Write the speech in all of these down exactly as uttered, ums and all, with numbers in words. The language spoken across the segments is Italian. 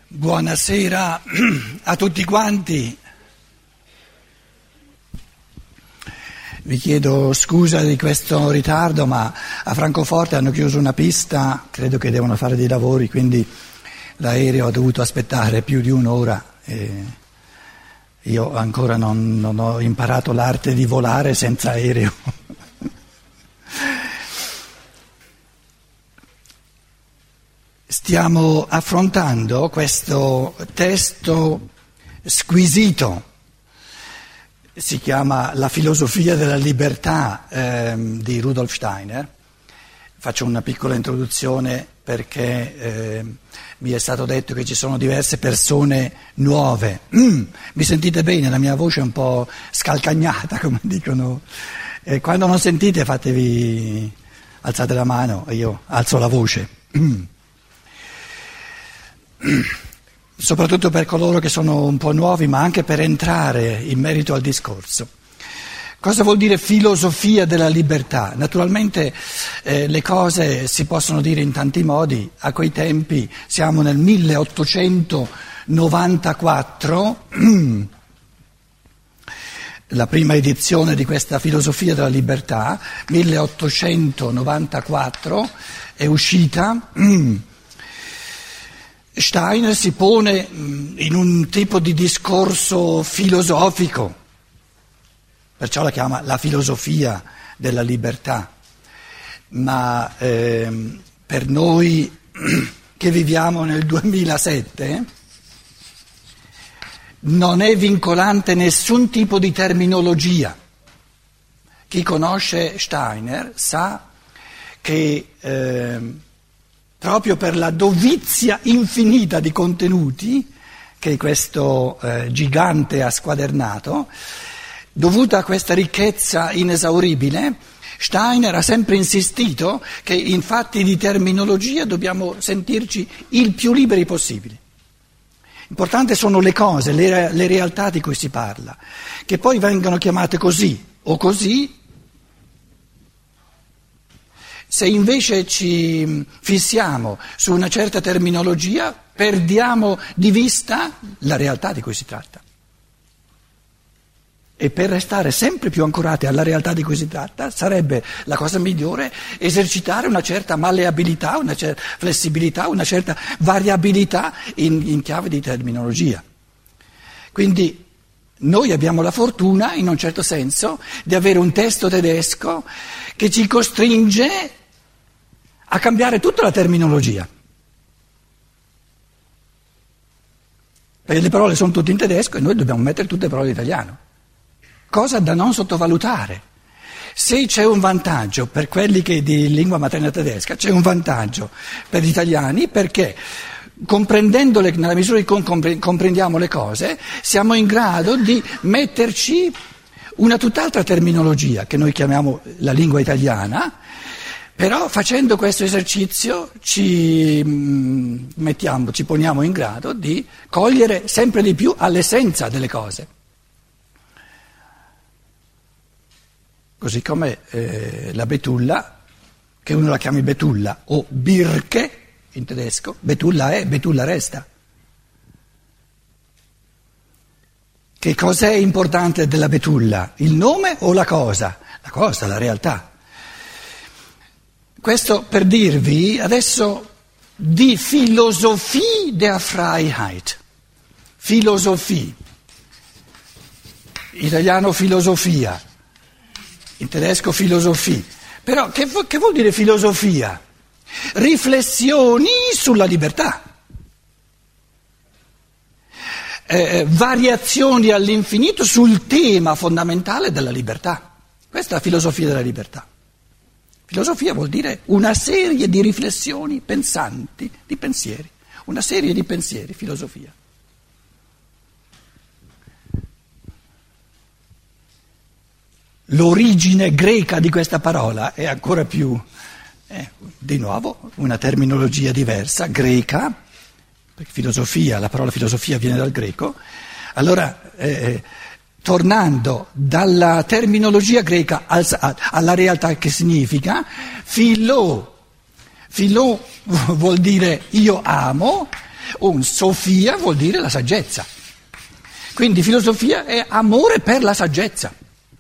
Buonasera a tutti quanti. Vi chiedo scusa di questo ritardo, ma a Francoforte hanno chiuso una pista, credo che devono fare dei lavori, quindi l'aereo ha dovuto aspettare più di un'ora. E io ancora non, non ho imparato l'arte di volare senza aereo. Stiamo affrontando questo testo squisito, si chiama La filosofia della libertà ehm, di Rudolf Steiner. Faccio una piccola introduzione perché eh, mi è stato detto che ci sono diverse persone nuove. Mm, mi sentite bene? La mia voce è un po' scalcagnata, come dicono. E quando non sentite fatevi, alzate la mano e io alzo la voce. Mm. Soprattutto per coloro che sono un po' nuovi, ma anche per entrare in merito al discorso. Cosa vuol dire filosofia della libertà? Naturalmente eh, le cose si possono dire in tanti modi. A quei tempi, siamo nel milleottocentonovantaquattro, la prima edizione di questa filosofia della libertà, milleottocentonovantaquattro, è uscita. Steiner si pone in un tipo di discorso filosofico, perciò la chiama la filosofia della libertà, ma ehm, per noi che viviamo nel duemilasette non è vincolante nessun tipo di terminologia. Chi conosce Steiner sa che ehm, proprio per la dovizia infinita di contenuti che questo eh, gigante ha squadernato, dovuta a questa ricchezza inesauribile, Steiner ha sempre insistito che in fatti di terminologia dobbiamo sentirci il più liberi possibili. Importante sono le cose, le, le realtà di cui si parla, che poi vengono chiamate così o così. Se invece ci fissiamo su una certa terminologia, perdiamo di vista la realtà di cui si tratta. E per restare sempre più ancorati alla realtà di cui si tratta, sarebbe la cosa migliore esercitare una certa malleabilità, una certa flessibilità, una certa variabilità in, in chiave di terminologia. Quindi noi abbiamo la fortuna, in un certo senso, di avere un testo tedesco che ci costringe a cambiare tutta la terminologia. Perché le parole sono tutte in tedesco e noi dobbiamo mettere tutte le parole in italiano. Cosa da non sottovalutare. Se c'è un vantaggio per quelli che di lingua materna tedesca, c'è un vantaggio per gli italiani perché comprendendole, nella misura in cui comprendiamo le cose, siamo in grado di metterci una tutt'altra terminologia che noi chiamiamo la lingua italiana. Però facendo questo esercizio ci, mettiamo, ci poniamo in grado di cogliere sempre di più all'essenza delle cose. Così come eh, la betulla, che uno la chiami betulla o Birke in tedesco, betulla è, betulla resta. Che cos'è importante della betulla? Il nome o la cosa? La cosa, la realtà. Questo per dirvi adesso di Philosophie der Freiheit, filosofia, italiano filosofia, in tedesco filosofia, però che, che vuol dire filosofia? Riflessioni sulla libertà, eh, variazioni all'infinito sul tema fondamentale della libertà, questa è la filosofia della libertà. Filosofia vuol dire una serie di riflessioni pensanti, di pensieri, una serie di pensieri, filosofia. L'origine greca di questa parola è ancora più, eh, di nuovo, una terminologia diversa, greca, perché filosofia, la parola filosofia viene dal greco, allora eh, tornando dalla terminologia greca al, alla realtà che significa, philo, philo vuol dire io amo, Un Sofia vuol dire la saggezza. Quindi filosofia è amore per la saggezza.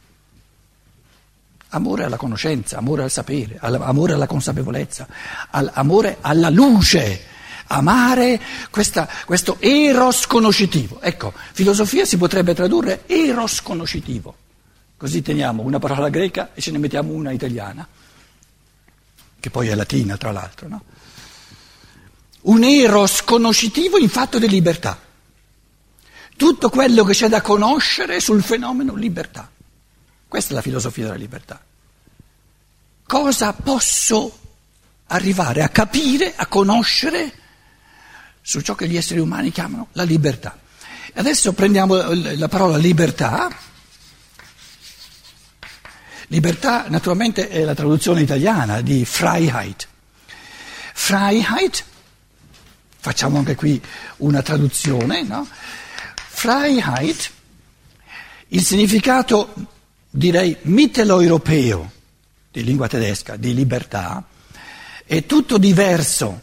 Amore alla conoscenza, amore al sapere, amore alla consapevolezza, amore alla luce, amare questa, questo eros conoscitivo. Ecco, filosofia si potrebbe tradurre eros conoscitivo. Così teniamo una parola greca e ce ne mettiamo una italiana, che poi è latina tra l'altro, no? Un eros conoscitivo in fatto di libertà. Tutto quello che c'è da conoscere sul fenomeno libertà. Questa è la filosofia della libertà. Cosa posso arrivare a capire, a conoscere su ciò che gli esseri umani chiamano la libertà? Adesso prendiamo la parola libertà. Libertà naturalmente è la traduzione italiana di Freiheit. Freiheit, facciamo anche qui una traduzione, no? Freiheit, il significato direi mitteleuropeo di lingua tedesca, di libertà, è tutto diverso.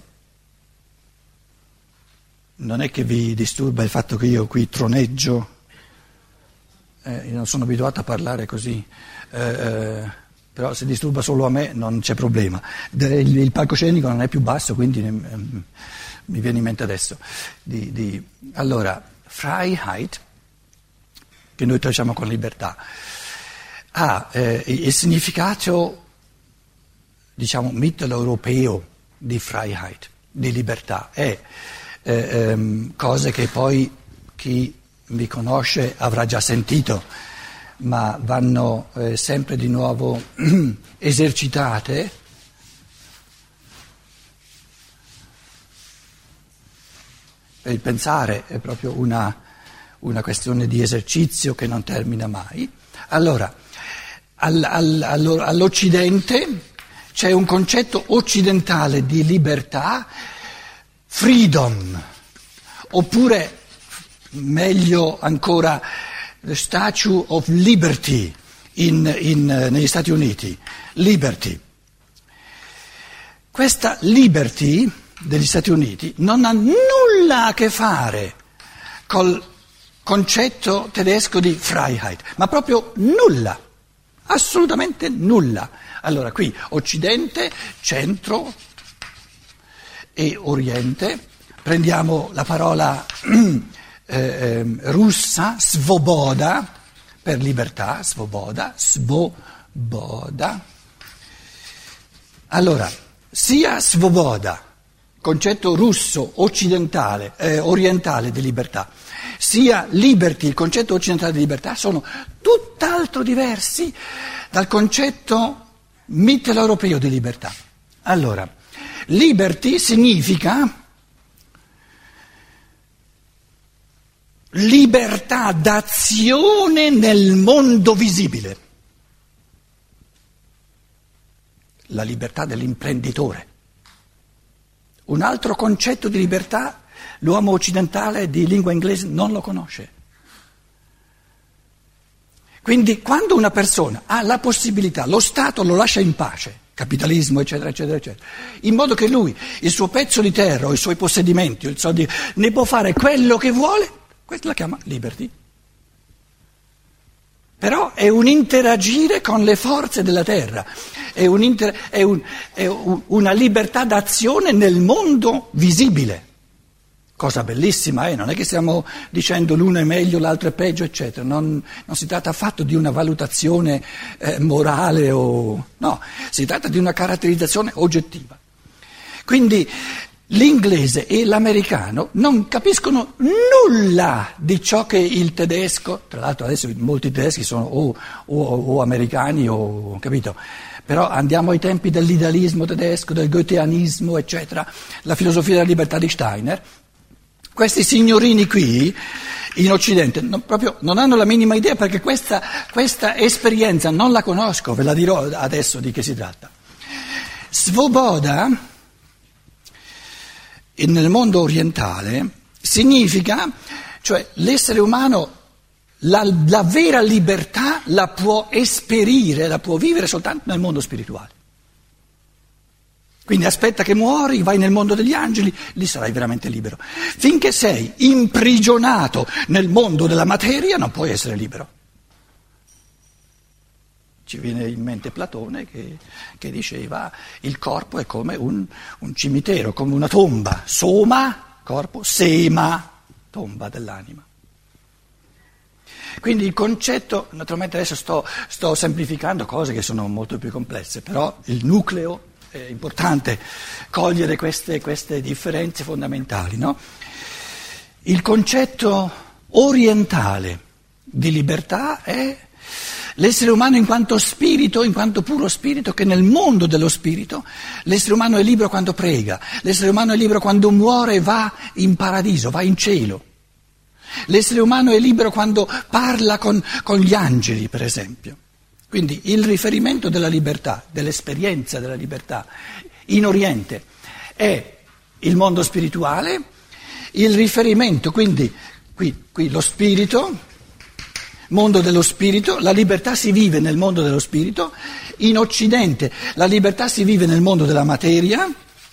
Non è che vi disturba il fatto che io qui troneggio, eh, io non sono abituato a parlare così, eh, eh, però se disturba solo a me non c'è problema. Il, il palcoscenico non è più basso, quindi eh, mi viene in mente adesso. Di, di, allora, Freiheit, che noi traduciamo con libertà, ha eh, il significato, diciamo, mitteleuropeo di Freiheit, di libertà. È eh, ehm, cose che poi chi mi conosce avrà già sentito, ma vanno eh, sempre di nuovo esercitate. Il pensare è proprio una, una questione di esercizio che non termina mai. Allora, al, al, all'Occidente c'è un concetto occidentale di libertà, freedom, oppure meglio ancora the Statue of Liberty in, in, negli Stati Uniti, liberty. Questa liberty degli Stati Uniti non ha nulla a che fare col concetto tedesco di Freiheit, ma proprio nulla, assolutamente nulla. Allora qui Occidente, Centro e Oriente, prendiamo la parola eh, eh, russa, svoboda, per libertà, svoboda, svoboda. Allora, sia svoboda, concetto russo, occidentale, eh, orientale di libertà, sia liberty, il concetto occidentale di libertà, sono tutt'altro diversi dal concetto mitteleuropeo di libertà. Allora, liberty significa libertà d'azione nel mondo visibile, la libertà dell'imprenditore. Un altro concetto di libertà l'uomo occidentale di lingua inglese non lo conosce. Quindi quando una persona ha la possibilità, lo Stato lo lascia in pace, capitalismo eccetera eccetera eccetera, in modo che lui il suo pezzo di terra o i suoi possedimenti, il soldi, ne può fare quello che vuole, questa la chiama liberty. Però è un interagire con le forze della terra, è, un inter, è, un, è un, una libertà d'azione nel mondo visibile. Cosa bellissima, eh? Non è che stiamo dicendo l'uno è meglio, l'altro è peggio, eccetera. Non, non si tratta affatto di una valutazione eh, morale o no, si tratta di una caratterizzazione oggettiva. Quindi l'inglese e l'americano non capiscono nulla di ciò che il tedesco, tra l'altro adesso molti tedeschi sono o, o, o americani o, capito? Però andiamo ai tempi dell'idealismo tedesco, del goetheanismo, eccetera, la filosofia della libertà di Steiner. Questi signorini qui, in Occidente, non, proprio non hanno la minima idea perché questa, questa esperienza non la conosco, ve la dirò adesso di che si tratta. Svoboda, nel mondo orientale, significa, cioè l'essere umano, la, la vera libertà la può esperire, la può vivere soltanto nel mondo spirituale. Quindi aspetta che muori, vai nel mondo degli angeli, lì sarai veramente libero. Finché sei imprigionato nel mondo della materia non puoi essere libero. Ci viene in mente Platone che, che diceva il corpo è come un, un cimitero, come una tomba. Soma, corpo, sema, tomba dell'anima. Quindi il concetto, naturalmente adesso sto, sto semplificando cose che sono molto più complesse, però il nucleo è importante cogliere queste, queste differenze fondamentali, no? Il concetto orientale di libertà è l'essere umano in quanto spirito, in quanto puro spirito, che nel mondo dello spirito l'essere umano è libero quando prega, l'essere umano è libero quando muore e va in paradiso, va in cielo. L'essere umano è libero quando parla con, con gli angeli, per esempio. Quindi il riferimento della libertà, dell'esperienza della libertà in Oriente è il mondo spirituale, il riferimento, quindi qui, qui lo spirito, mondo dello spirito, la libertà si vive nel mondo dello spirito, in Occidente la libertà si vive nel mondo della materia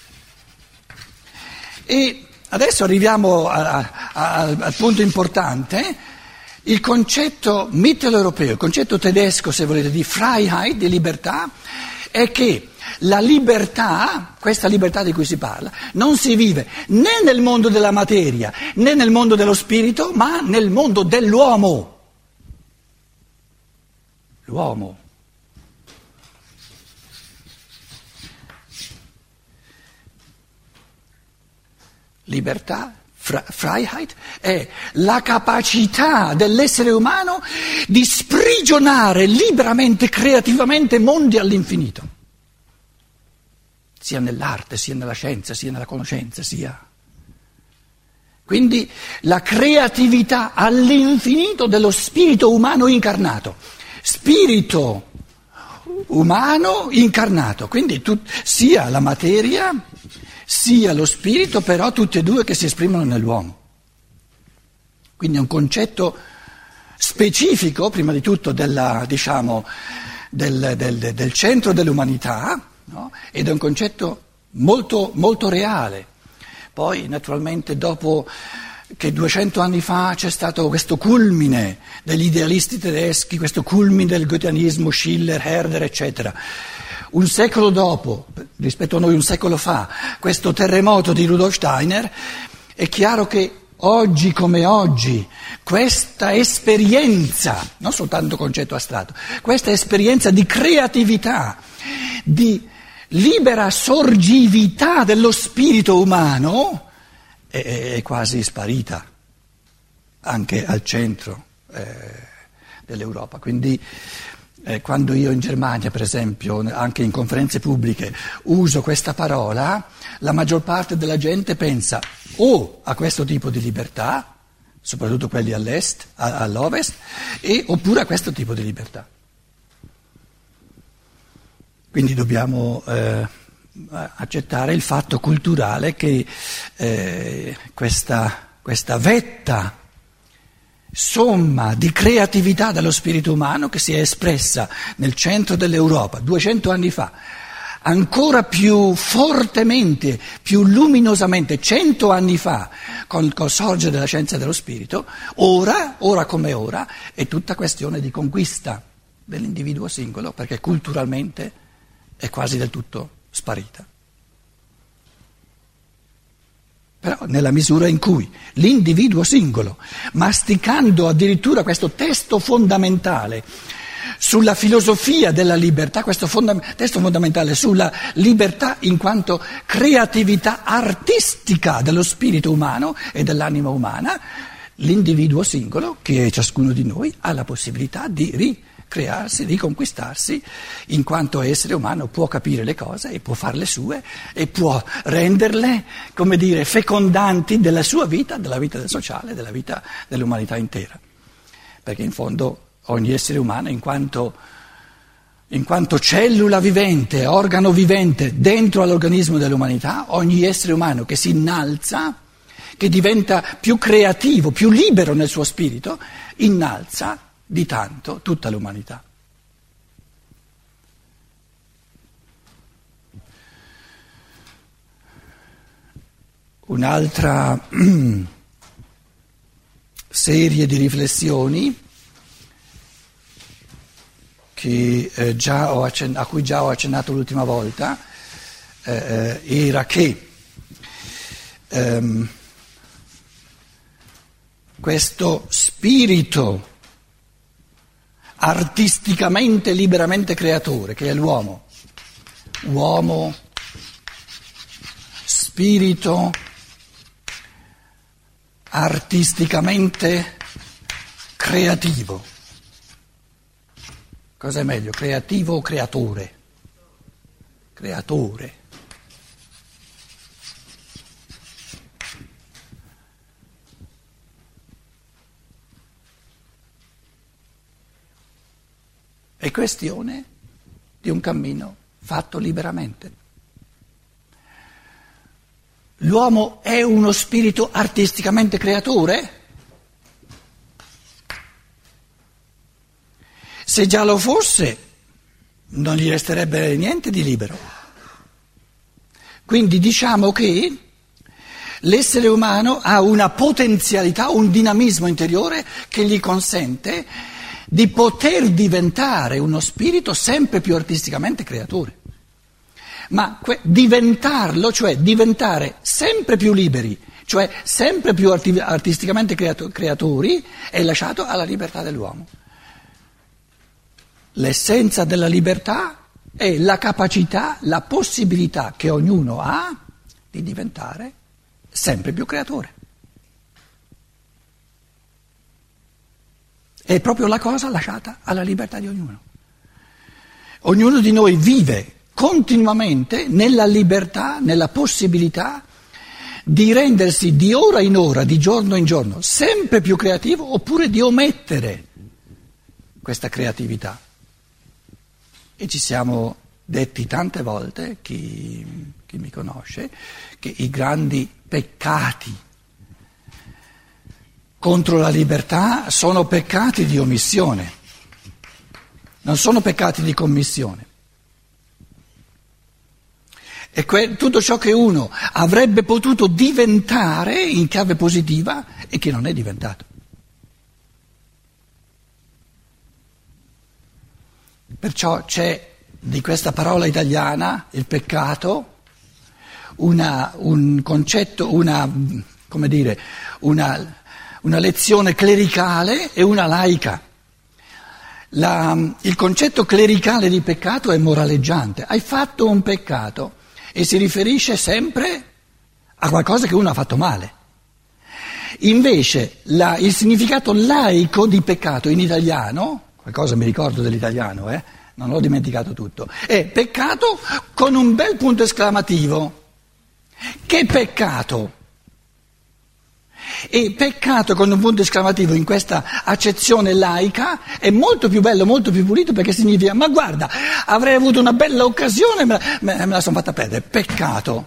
e adesso arriviamo a, a, a, al punto importante. Il concetto mitteleuropeo, il concetto tedesco, se volete, di Freiheit, di libertà, è che la libertà, questa libertà di cui si parla, non si vive né nel mondo della materia né nel mondo dello spirito, ma nel mondo dell'uomo. L'uomo. Libertà. Freiheit è la capacità dell'essere umano di sprigionare liberamente, creativamente mondi all'infinito, sia nell'arte, sia nella scienza, sia nella conoscenza, sia. Quindi la creatività all'infinito dello spirito umano incarnato, spirito umano incarnato, quindi tu, sia la materia sia lo spirito, però tutti e due che si esprimono nell'uomo. Quindi è un concetto specifico, prima di tutto, della, diciamo, del, del, del centro dell'umanità, no? Ed è un concetto molto, molto reale. Poi, naturalmente, dopo che duecento anni fa c'è stato questo culmine degli idealisti tedeschi, questo culmine del goetheanismo, Schiller, Herder, eccetera. Un secolo dopo, rispetto a noi un secolo fa, questo terremoto di Rudolf Steiner, è chiaro che oggi come oggi questa esperienza, non soltanto concetto astratto, questa esperienza di creatività, di libera sorgività dello spirito umano è, è quasi sparita anche al centro eh, dell'Europa. Quindi Eh, quando io in Germania, per esempio, anche in conferenze pubbliche, uso questa parola, la maggior parte della gente pensa o a questo tipo di libertà, soprattutto quelli all'est, a, all'ovest, e, oppure a questo tipo di libertà. Quindi dobbiamo eh, accettare il fatto culturale che eh, questa, questa vetta somma di creatività dello spirito umano che si è espressa nel centro dell'Europa duecento anni fa, ancora più fortemente, più luminosamente cento anni fa col, col sorgere della scienza dello spirito, ora, ora come ora, è tutta questione di conquista dell'individuo singolo, perché culturalmente è quasi del tutto sparita. Però nella misura in cui l'individuo singolo, masticando addirittura questo testo fondamentale sulla filosofia della libertà, questo fondam- testo fondamentale sulla libertà in quanto creatività artistica dello spirito umano e dell'anima umana, l'individuo singolo, che è ciascuno di noi, ha la possibilità di ricrearsi, di conquistarsi, in quanto essere umano può capire le cose e può farle sue e può renderle, come dire, fecondanti della sua vita, della vita del sociale, della vita dell'umanità intera. Perché in fondo ogni essere umano, in quanto, in quanto cellula vivente, organo vivente dentro all'organismo dell'umanità, ogni essere umano che si innalza, che diventa più creativo, più libero nel suo spirito, innalza di tanto tutta l'umanità. un'altra serie di riflessioni che, eh, già ho accen- a cui già ho accennato l'ultima volta, eh, era che ehm, questo spirito artisticamente, liberamente creatore, che è l'uomo, uomo, spirito artisticamente creativo. Cosa è meglio, creativo o creatore? Creatore. È questione di un cammino fatto liberamente. L'uomo è uno spirito artisticamente creatore? Se già lo fosse, non gli resterebbe niente di libero. Quindi diciamo che l'essere umano ha una potenzialità, un dinamismo interiore che gli consente di poter diventare uno spirito sempre più artisticamente creatore. Ma que- diventarlo, cioè diventare sempre più liberi, cioè sempre più arti- artisticamente creato- creatori, è lasciato alla libertà dell'uomo. L'essenza della libertà è la capacità, la possibilità che ognuno ha di diventare sempre più creatore. È proprio la cosa lasciata alla libertà di ognuno. Ognuno di noi vive continuamente nella libertà, nella possibilità di rendersi di ora in ora, di giorno in giorno, sempre più creativo, oppure di omettere questa creatività. E ci siamo detti tante volte, chi, chi mi conosce, che i grandi peccati contro la libertà sono peccati di omissione, non sono peccati di commissione. E que- tutto ciò che uno avrebbe potuto diventare in chiave positiva e che non è diventato. Perciò c'è di questa parola italiana, il peccato, una, un concetto, una, come dire, una, una lezione clericale e una laica. La, il concetto clericale di peccato è moraleggiante. Hai fatto un peccato e si riferisce sempre a qualcosa che uno ha fatto male. Invece la, il significato laico di peccato in italiano, qualcosa mi ricordo dell'italiano, eh, non l'ho dimenticato tutto, è peccato con un bel punto esclamativo. Che peccato? E peccato con un punto esclamativo in questa accezione laica è molto più bello, molto più pulito, perché significa, ma guarda, avrei avuto una bella occasione, me la, me, me la sono fatta perdere. Peccato.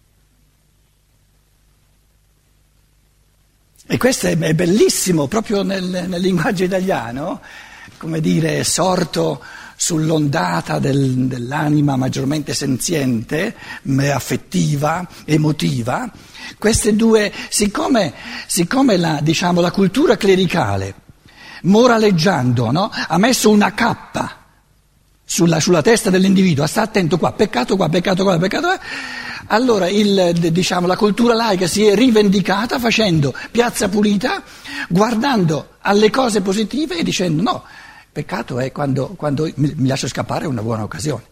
E questo è, è bellissimo, proprio nel, nel linguaggio italiano, come dire, sorto sull'ondata del, dell'anima maggiormente senziente, affettiva, emotiva. Queste due, siccome, siccome la, diciamo, la cultura clericale, moraleggiando, no, ha messo una cappa sulla, sulla testa dell'individuo, sta attento qua, peccato qua, peccato qua, peccato qua, allora il, diciamo, la cultura laica si è rivendicata facendo piazza pulita, guardando alle cose positive e dicendo no, peccato è quando, quando mi, mi lascio scappare una buona occasione.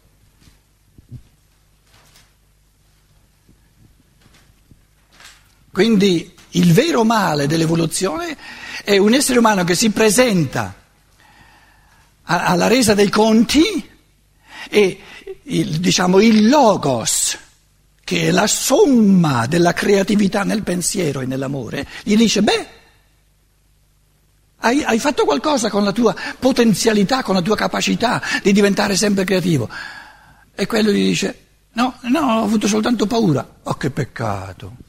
Quindi il vero male dell'evoluzione è un essere umano che si presenta a, alla resa dei conti e il, diciamo, il logos, che è la somma della creatività nel pensiero e nell'amore, gli dice, beh, hai, hai fatto qualcosa con la tua potenzialità, con la tua capacità di diventare sempre creativo. E quello gli dice, no, no, ho avuto soltanto paura. Oh, che peccato.